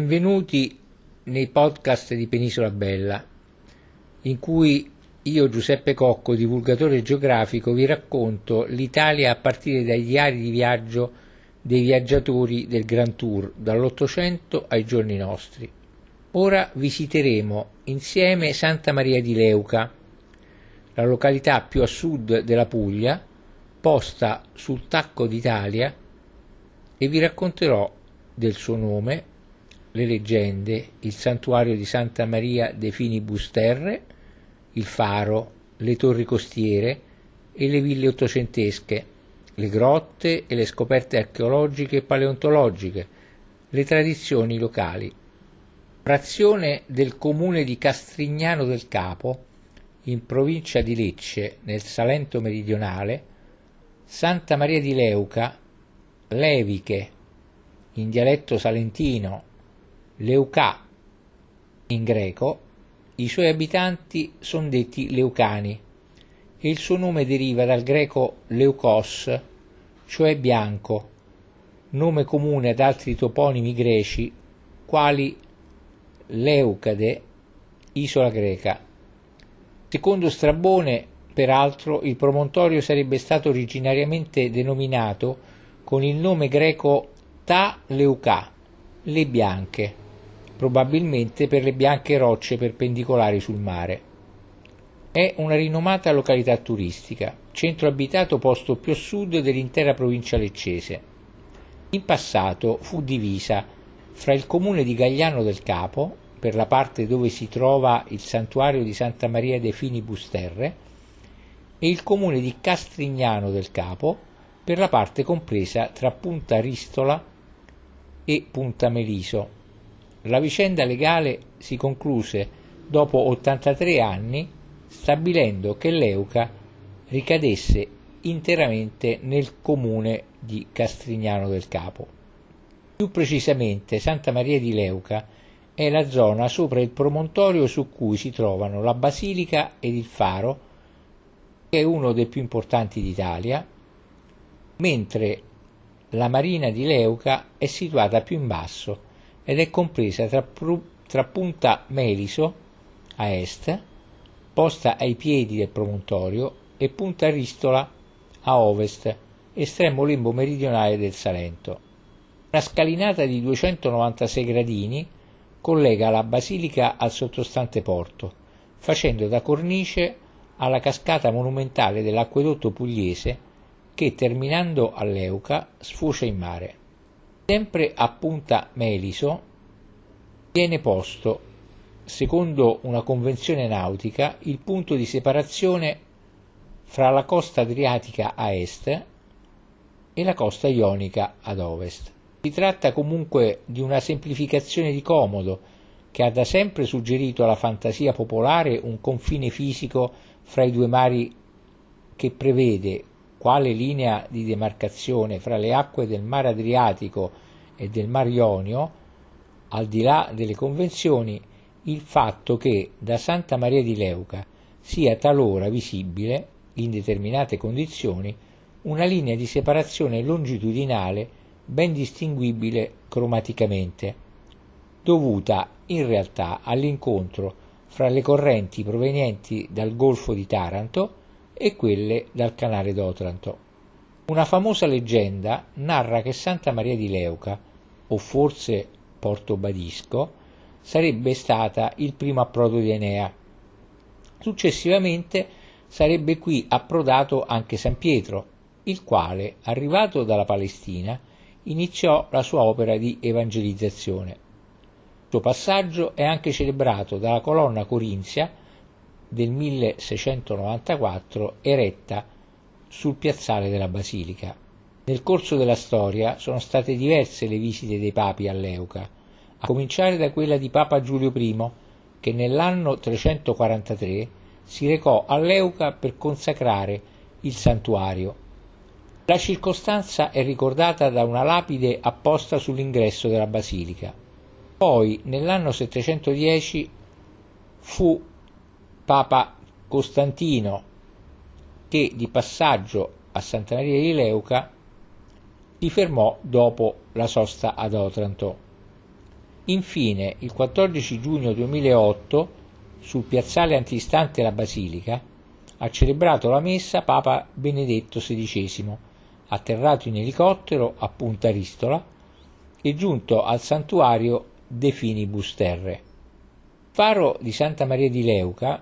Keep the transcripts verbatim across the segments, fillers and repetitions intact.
Benvenuti nei podcast di Penisola Bella, in cui io, Giuseppe Cocco, divulgatore geografico, vi racconto l'Italia a partire dai diari di viaggio dei viaggiatori del Grand Tour, dall'Ottocento ai giorni nostri. Ora visiteremo insieme Santa Maria di Leuca, la località più a sud della Puglia, posta sul Tacco d'Italia, e vi racconterò del suo nome, le leggende, il santuario di Santa Maria de Finibus Terre, il faro, le torri costiere e le ville ottocentesche, le grotte e le scoperte archeologiche e paleontologiche, le tradizioni locali. Frazione del comune di Castrignano del Capo, in provincia di Lecce, nel Salento meridionale, Santa Maria di Leuca, Leviche, in dialetto salentino, Leucà in greco, i suoi abitanti sono detti Leucani e il suo nome deriva dal greco leukos, cioè bianco, nome comune ad altri toponimi greci quali Leucade, isola greca. Secondo Strabone, peraltro, il promontorio sarebbe stato originariamente denominato con il nome greco Ta Leucà, le bianche, probabilmente per le bianche rocce perpendicolari sul mare. È una rinomata località turistica, centro abitato posto più a sud dell'intera provincia leccese. In passato fu divisa fra il comune di Gagliano del Capo, per la parte dove si trova il santuario di Santa Maria de Finibus Terre, e il comune di Castrignano del Capo, per la parte compresa tra Punta Ristola e Punta Meliso. La vicenda legale si concluse dopo ottantatré anni, stabilendo che Leuca ricadesse interamente nel comune di Castrignano del Capo. Più precisamente, Santa Maria di Leuca è la zona sopra il promontorio su cui si trovano la basilica ed il faro, che è uno dei più importanti d'Italia, mentre la marina di Leuca è situata più in basso ed è compresa tra, tra Punta Meliso a est, posta ai piedi del promontorio, e Punta Ristola a ovest, estremo lembo meridionale del Salento. Una scalinata di duecentonovantasei gradini collega la basilica al sottostante porto, facendo da cornice alla cascata monumentale dell'acquedotto pugliese che, terminando a Leuca, sfocia in mare. Sempre a Punta Meliso viene posto, secondo una convenzione nautica, il punto di separazione fra la costa adriatica a est e la costa ionica ad ovest. Si tratta comunque di una semplificazione di comodo che ha da sempre suggerito alla fantasia popolare un confine fisico fra i due mari che prevede quale linea di demarcazione fra le acque del Mar Adriatico e del Mar Ionio, al di là delle convenzioni, il fatto che da Santa Maria di Leuca sia talora visibile, in determinate condizioni, una linea di separazione longitudinale ben distinguibile cromaticamente, dovuta in realtà all'incontro fra le correnti provenienti dal Golfo di Taranto e quelle dal canale d'Otranto. Una famosa leggenda narra che Santa Maria di Leuca, o forse Porto Badisco, sarebbe stata il primo approdo di Enea. Successivamente sarebbe qui approdato anche San Pietro, il quale, arrivato dalla Palestina, iniziò la sua opera di evangelizzazione. Il suo passaggio è anche celebrato dalla colonna corinzia del milleseicentonovantaquattro eretta sul piazzale della Basilica. Nel corso della storia sono state diverse le visite dei papi a Leuca, a cominciare da quella di Papa Giulio primo, che nell'anno trecentoquarantatré si recò a Leuca per consacrare il santuario. La circostanza è ricordata da una lapide apposta sull'ingresso della Basilica. Poi, nell'anno settecentodieci, fu Papa Costantino che, di passaggio a Santa Maria di Leuca, si fermò dopo la sosta ad Otranto. Infine, il quattordici giugno duemilaotto, sul piazzale antistante la Basilica, ha celebrato la messa Papa Benedetto sedicesimo, atterrato in elicottero a Punta Ristola e giunto al santuario De Finibus Terre. Il faro di Santa Maria di Leuca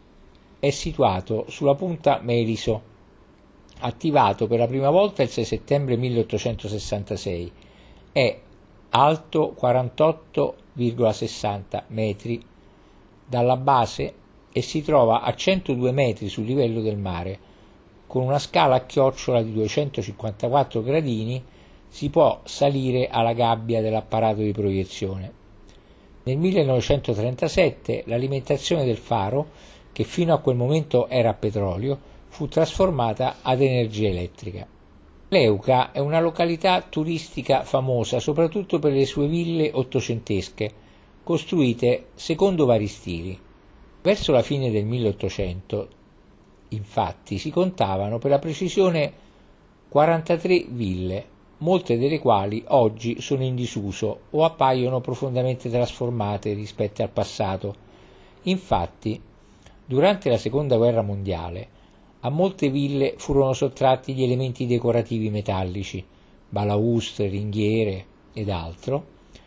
è situato sulla punta Meliso, attivato per la prima volta il sei settembre milleottocentosessantasei. È alto quarantotto virgola sessanta metri dalla base e si trova a centodue metri sul livello del mare. Con una scala a chiocciola di duecentocinquantaquattro gradini si può salire alla gabbia dell'apparato di proiezione. Nel millenovecentotrentasette l'alimentazione del faro, che fino a quel momento era a petrolio, fu trasformata ad energia elettrica. Leuca è una località turistica famosa soprattutto per le sue ville ottocentesche, costruite secondo vari stili. Verso la fine del milleottocento, infatti, si contavano per la precisione quarantatré ville, molte delle quali oggi sono in disuso o appaiono profondamente trasformate rispetto al passato. Infatti, durante la Seconda Guerra Mondiale, a molte ville furono sottratti gli elementi decorativi metallici, balaustre, ringhiere ed altro,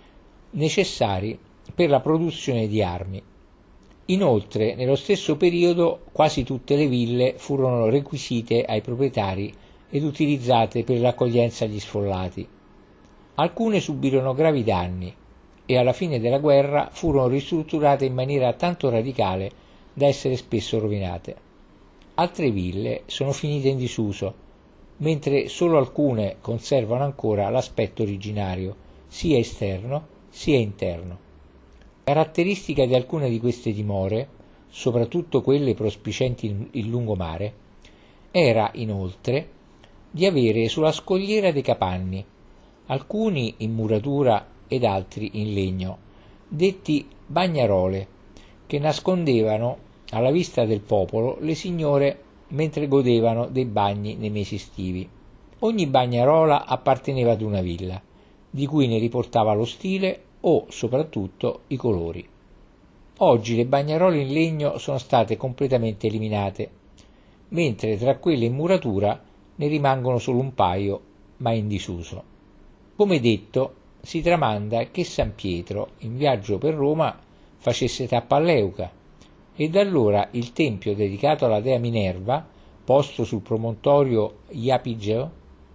necessari per la produzione di armi. Inoltre, nello stesso periodo, quasi tutte le ville furono requisite ai proprietari ed utilizzate per l'accoglienza agli sfollati. Alcune subirono gravi danni e alla fine della guerra furono ristrutturate in maniera tanto radicale da essere spesso rovinate. Altre ville sono finite in disuso, mentre solo alcune conservano ancora l'aspetto originario, sia esterno sia interno. Caratteristica di alcune di queste dimore, soprattutto quelle prospicienti il lungomare, era inoltre di avere sulla scogliera dei capanni, alcuni in muratura ed altri in legno, detti bagnarole, che nascondevano alla vista del popolo le signore mentre godevano dei bagni nei mesi estivi. Ogni bagnarola apparteneva ad una villa, di cui ne riportava lo stile o, soprattutto, i colori. Oggi le bagnarole in legno sono state completamente eliminate, mentre tra quelle in muratura ne rimangono solo un paio, ma in disuso. Come detto, si tramanda che San Pietro, in viaggio per Roma, facesse tappa a Leuca, e da allora il tempio dedicato alla dea Minerva, posto sul promontorio Iapigeo,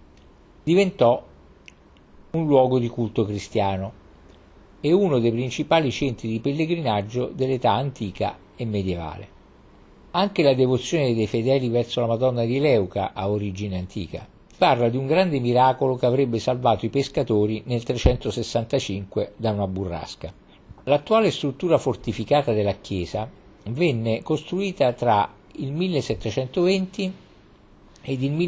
diventò un luogo di culto cristiano e uno dei principali centri di pellegrinaggio dell'età antica e medievale. Anche la devozione dei fedeli verso la Madonna di Leuca ha origine antica. Parla di un grande miracolo che avrebbe salvato i pescatori nel trecentosessantacinque da una burrasca. L'attuale struttura fortificata della chiesa venne costruita tra il millesettecentoventi ed il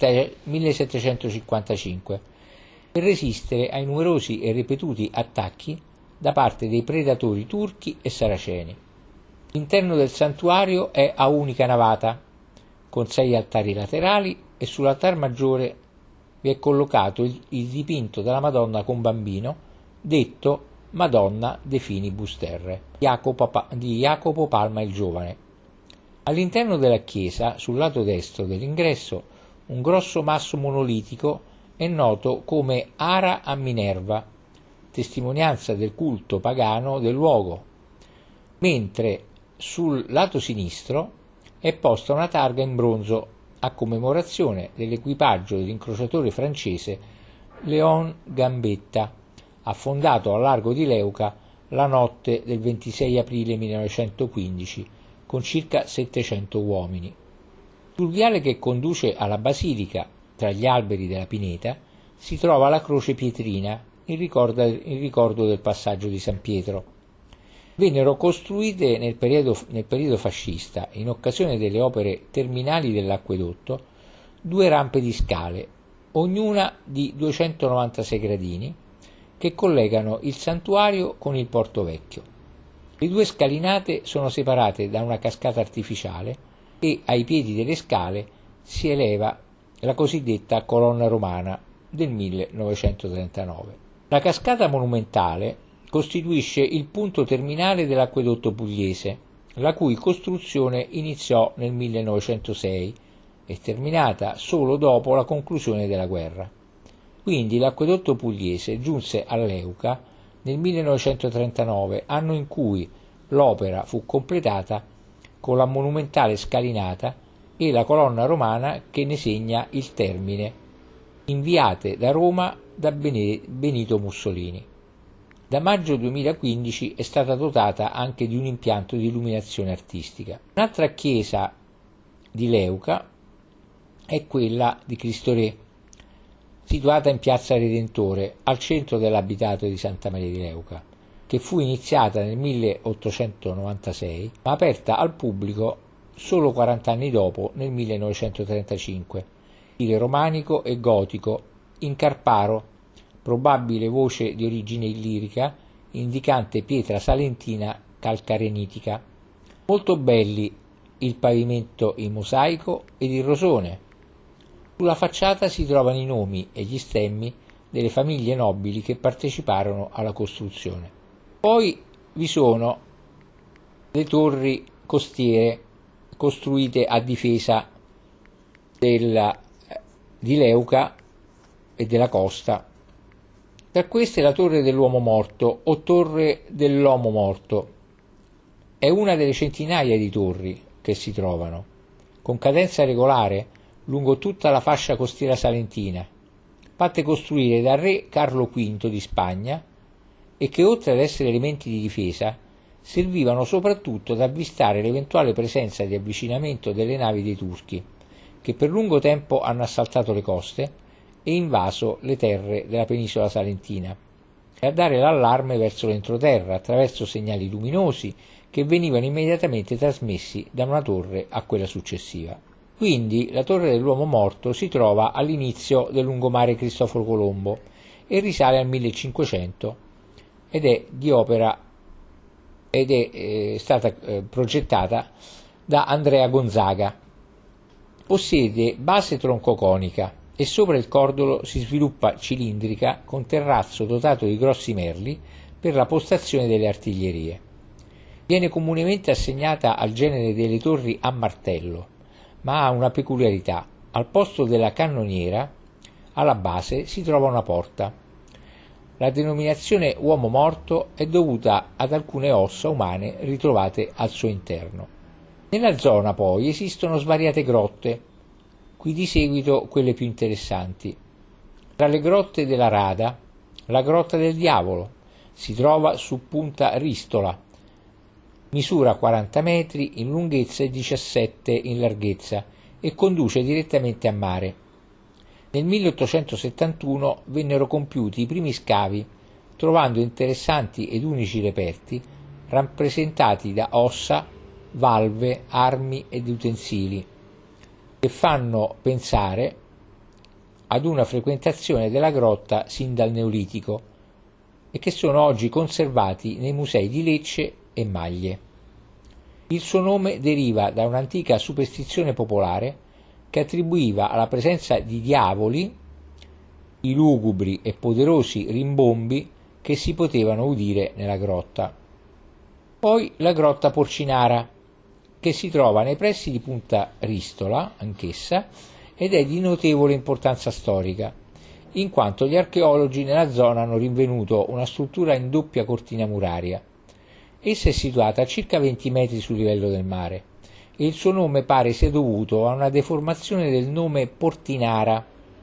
millesettecentocinquantacinque per resistere ai numerosi e ripetuti attacchi da parte dei predatori turchi e saraceni. L'interno del santuario è a unica navata, con sei altari laterali, e sull'altar maggiore vi è collocato il, il dipinto della Madonna con bambino, detto Madonna De Finibus Terre, Jacopo, di Jacopo Palma il Giovane. All'interno della chiesa, sul lato destro dell'ingresso, un grosso masso monolitico è noto come Ara a Minerva, testimonianza del culto pagano del luogo, mentre sul lato sinistro è posta una targa in bronzo a commemorazione dell'equipaggio dell'incrociatore francese Léon Gambetta, affondato al largo di Leuca la notte del ventisei aprile millenovecentoquindici con circa settecento uomini. Sul viale che conduce alla basilica, tra gli alberi della pineta, si trova la croce pietrina in ricordo, in ricordo del passaggio di San Pietro. Vennero costruite nel periodo, nel periodo fascista, in occasione delle opere terminali dell'acquedotto, due rampe di scale, ognuna di duecentonovantasei gradini, che collegano il santuario con il Porto Vecchio. Le due scalinate sono separate da una cascata artificiale e ai piedi delle scale si eleva la cosiddetta colonna romana del millenovecentotrentanove. La cascata monumentale costituisce il punto terminale dell'acquedotto pugliese, la cui costruzione iniziò nel millenovecentosei e terminata solo dopo la conclusione della guerra. Quindi l'acquedotto pugliese giunse a Leuca nel millenovecentotrentanove, anno in cui l'opera fu completata con la monumentale scalinata e la colonna romana che ne segna il termine, inviate da Roma da Benito Mussolini. Da maggio duemilaquindici è stata dotata anche di un impianto di illuminazione artistica. Un'altra chiesa di Leuca è quella di Cristo Re, situata in piazza Redentore, al centro dell'abitato di Santa Maria di Leuca, che fu iniziata nel milleottocentonovantasei, ma aperta al pubblico solo quaranta anni dopo, nel millenovecentotrentacinque. Stile romanico e gotico, in Carparo, probabile voce di origine illirica, indicante pietra salentina calcarenitica. Molto belli il pavimento in mosaico ed il rosone. Sulla facciata si trovano i nomi e gli stemmi delle famiglie nobili che parteciparono alla costruzione. Poi vi sono le torri costiere costruite a difesa della, di Leuca e della costa. Tra queste la torre dell'uomo morto o torre dell'uomo morto è una delle centinaia di torri che si trovano, con cadenza regolare lungo tutta la fascia costiera salentina, fatte costruire dal re Carlo quinto di Spagna e che, oltre ad essere elementi di difesa, servivano soprattutto ad avvistare l'eventuale presenza di avvicinamento delle navi dei turchi, che per lungo tempo hanno assaltato le coste e invaso le terre della penisola salentina, e a dare l'allarme verso l'entroterra attraverso segnali luminosi che venivano immediatamente trasmessi da una torre a quella successiva. Quindi la torre dell'uomo morto si trova all'inizio del lungomare Cristoforo Colombo e risale al millecinquecento ed è di opera ed è eh, stata eh, progettata da Andrea Gonzaga. Possiede base troncoconica e sopra il cordolo si sviluppa cilindrica con terrazzo dotato di grossi merli per la postazione delle artiglierie. Viene comunemente assegnata al genere delle torri a martello, ma ha una peculiarità: al posto della cannoniera alla base si trova una porta. La denominazione uomo morto è dovuta ad alcune ossa umane ritrovate al suo interno. Nella zona poi esistono svariate grotte, qui di seguito quelle più interessanti. Tra le grotte della Rada, la grotta del Diavolo si trova su Punta Ristola, misura quaranta metri in lunghezza e diciassette in larghezza e conduce direttamente a mare. Nel milleottocentosettantuno vennero compiuti i primi scavi, trovando interessanti ed unici reperti rappresentati da ossa, valve, armi ed utensili, che fanno pensare ad una frequentazione della grotta sin dal Neolitico e che sono oggi conservati nei musei di Lecce e Maglie. Il suo nome deriva da un'antica superstizione popolare che attribuiva alla presenza di diavoli i lugubri e poderosi rimbombi che si potevano udire nella grotta. Poi la grotta Porcinara, che si trova nei pressi di Punta Ristola, anch'essa, ed è di notevole importanza storica, in quanto gli archeologi nella zona hanno rinvenuto una struttura in doppia cortina muraria. Essa è situata a circa venti metri sul livello del mare e il suo nome pare sia dovuto a una deformazione del nome Portinara,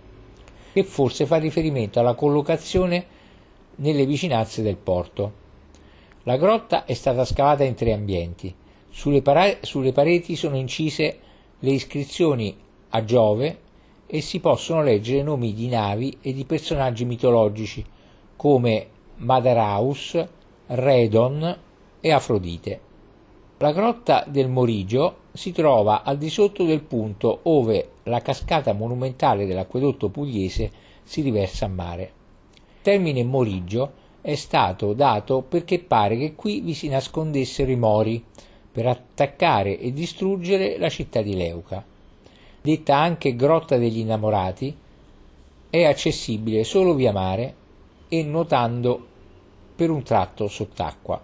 che forse fa riferimento alla collocazione nelle vicinanze del porto. La grotta è stata scavata in tre ambienti. Sulle, para- sulle pareti sono incise le iscrizioni a Giove e si possono leggere nomi di navi e di personaggi mitologici come Madaraus, Redon e Afrodite. La grotta del Morigio si trova al di sotto del punto ove la cascata monumentale dell'acquedotto pugliese si riversa a mare. Il termine Morigio è stato dato perché pare che qui vi si nascondessero i Mori per attaccare e distruggere la città di Leuca. Detta anche Grotta degli Innamorati, è accessibile solo via mare e nuotando per un tratto sott'acqua.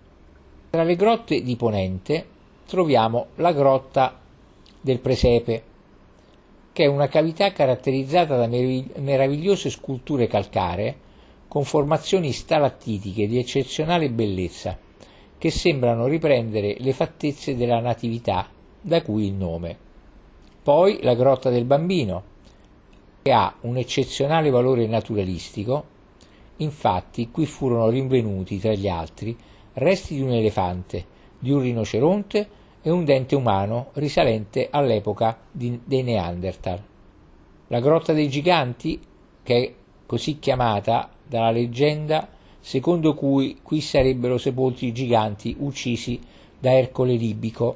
Tra le grotte di Ponente troviamo la grotta del Presepe, che è una cavità caratterizzata da meravigliose sculture calcaree con formazioni stalattitiche di eccezionale bellezza, che sembrano riprendere le fattezze della Natività, da cui il nome. Poi la Grotta del Bambino, che ha un eccezionale valore naturalistico. Infatti qui furono rinvenuti, tra gli altri, resti di un elefante, di un rinoceronte e un dente umano risalente all'epoca di, dei Neanderthal. La Grotta dei Giganti, che è così chiamata dalla leggenda secondo cui qui sarebbero sepolti i giganti uccisi da Ercole Libico,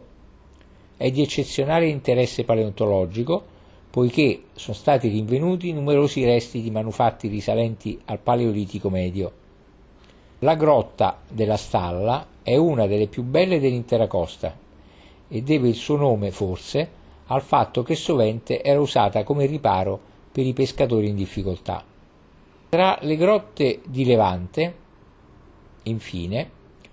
è di eccezionale interesse paleontologico, poiché sono stati rinvenuti numerosi resti di manufatti risalenti al Paleolitico medio. La grotta della Stalla è una delle più belle dell'intera costa e deve il suo nome, forse, al fatto che sovente era usata come riparo per i pescatori in difficoltà. Tra le grotte di Levante, infine,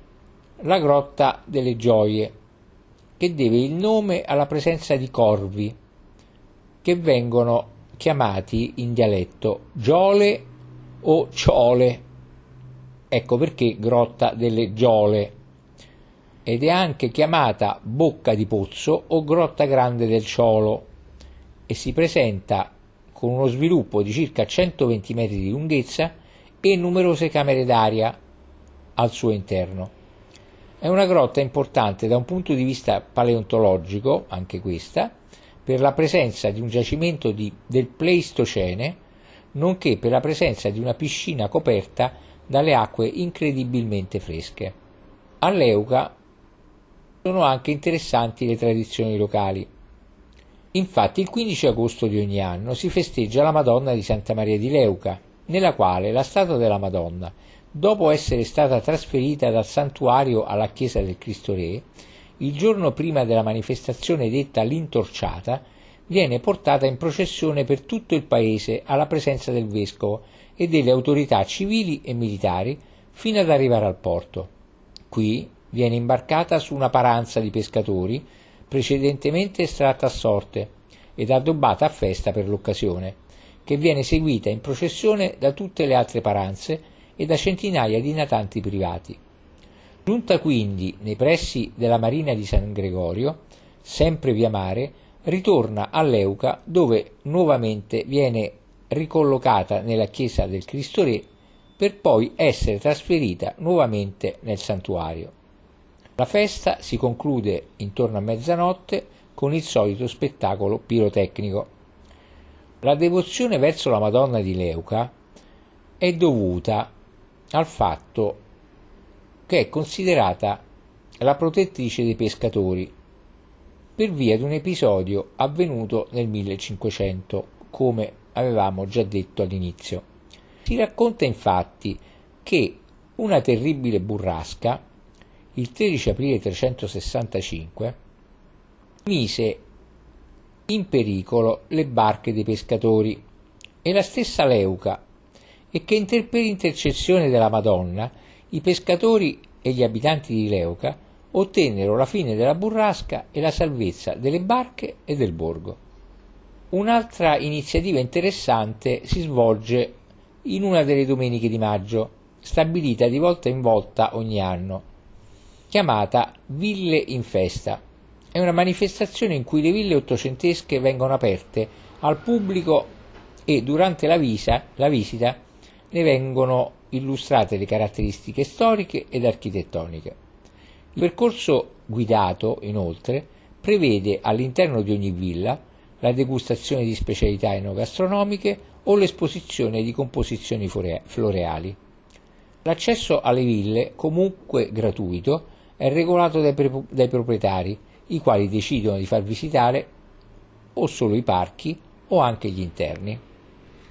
la Grotta delle Gioie, che deve il nome alla presenza di corvi, che vengono chiamati in dialetto giole o ciole. Ecco perché Grotta delle Giole, ed è anche chiamata Bocca di Pozzo o Grotta Grande del Ciolo, e si presenta con uno sviluppo di circa centoventi metri di lunghezza e numerose camere d'aria al suo interno. È una grotta importante da un punto di vista paleontologico, anche questa, per la presenza di un giacimento di, del Pleistocene, nonché per la presenza di una piscina coperta dalle acque incredibilmente fresche. A Leuca sono anche interessanti le tradizioni locali. Infatti il quindici agosto di ogni anno si festeggia la Madonna di Santa Maria di Leuca, nella quale la statua della Madonna, dopo essere stata trasferita dal santuario alla chiesa del Cristo Re, il giorno prima della manifestazione detta l'Intorciata, viene portata in processione per tutto il paese alla presenza del vescovo e delle autorità civili e militari fino ad arrivare al porto. Qui viene imbarcata su una paranza di pescatori precedentemente estratta a sorte ed addobbata a festa per l'occasione, che viene seguita in processione da tutte le altre paranze e da centinaia di natanti privati. Giunta quindi nei pressi della Marina di San Gregorio, sempre via mare, ritorna a Leuca, dove nuovamente viene ricollocata nella chiesa del Cristo Re per poi essere trasferita nuovamente nel santuario. La festa si conclude intorno a mezzanotte con il solito spettacolo pirotecnico. La devozione verso la Madonna di Leuca è dovuta al fatto che è considerata la protettrice dei pescatori per via di un episodio avvenuto nel millecinquecento, come avevamo già detto all'inizio. Si racconta infatti che una terribile burrasca, il tredici aprile trecentosessantacinque, mise in pericolo le barche dei pescatori e la stessa Leuca, e che inter- per intercessione della Madonna i pescatori e gli abitanti di Leuca ottennero la fine della burrasca e la salvezza delle barche e del borgo. Un'altra iniziativa interessante si svolge in una delle domeniche di maggio, stabilita di volta in volta ogni anno, chiamata Ville in Festa. È una manifestazione in cui le ville ottocentesche vengono aperte al pubblico e durante la, visa, la visita ne vengono illustrate le caratteristiche storiche ed architettoniche. Il percorso guidato, inoltre, prevede all'interno di ogni villa la degustazione di specialità enogastronomiche o l'esposizione di composizioni floreali. L'accesso alle ville, comunque gratuito, è regolato dai, pre- dai proprietari, i quali decidono di far visitare o solo i parchi o anche gli interni.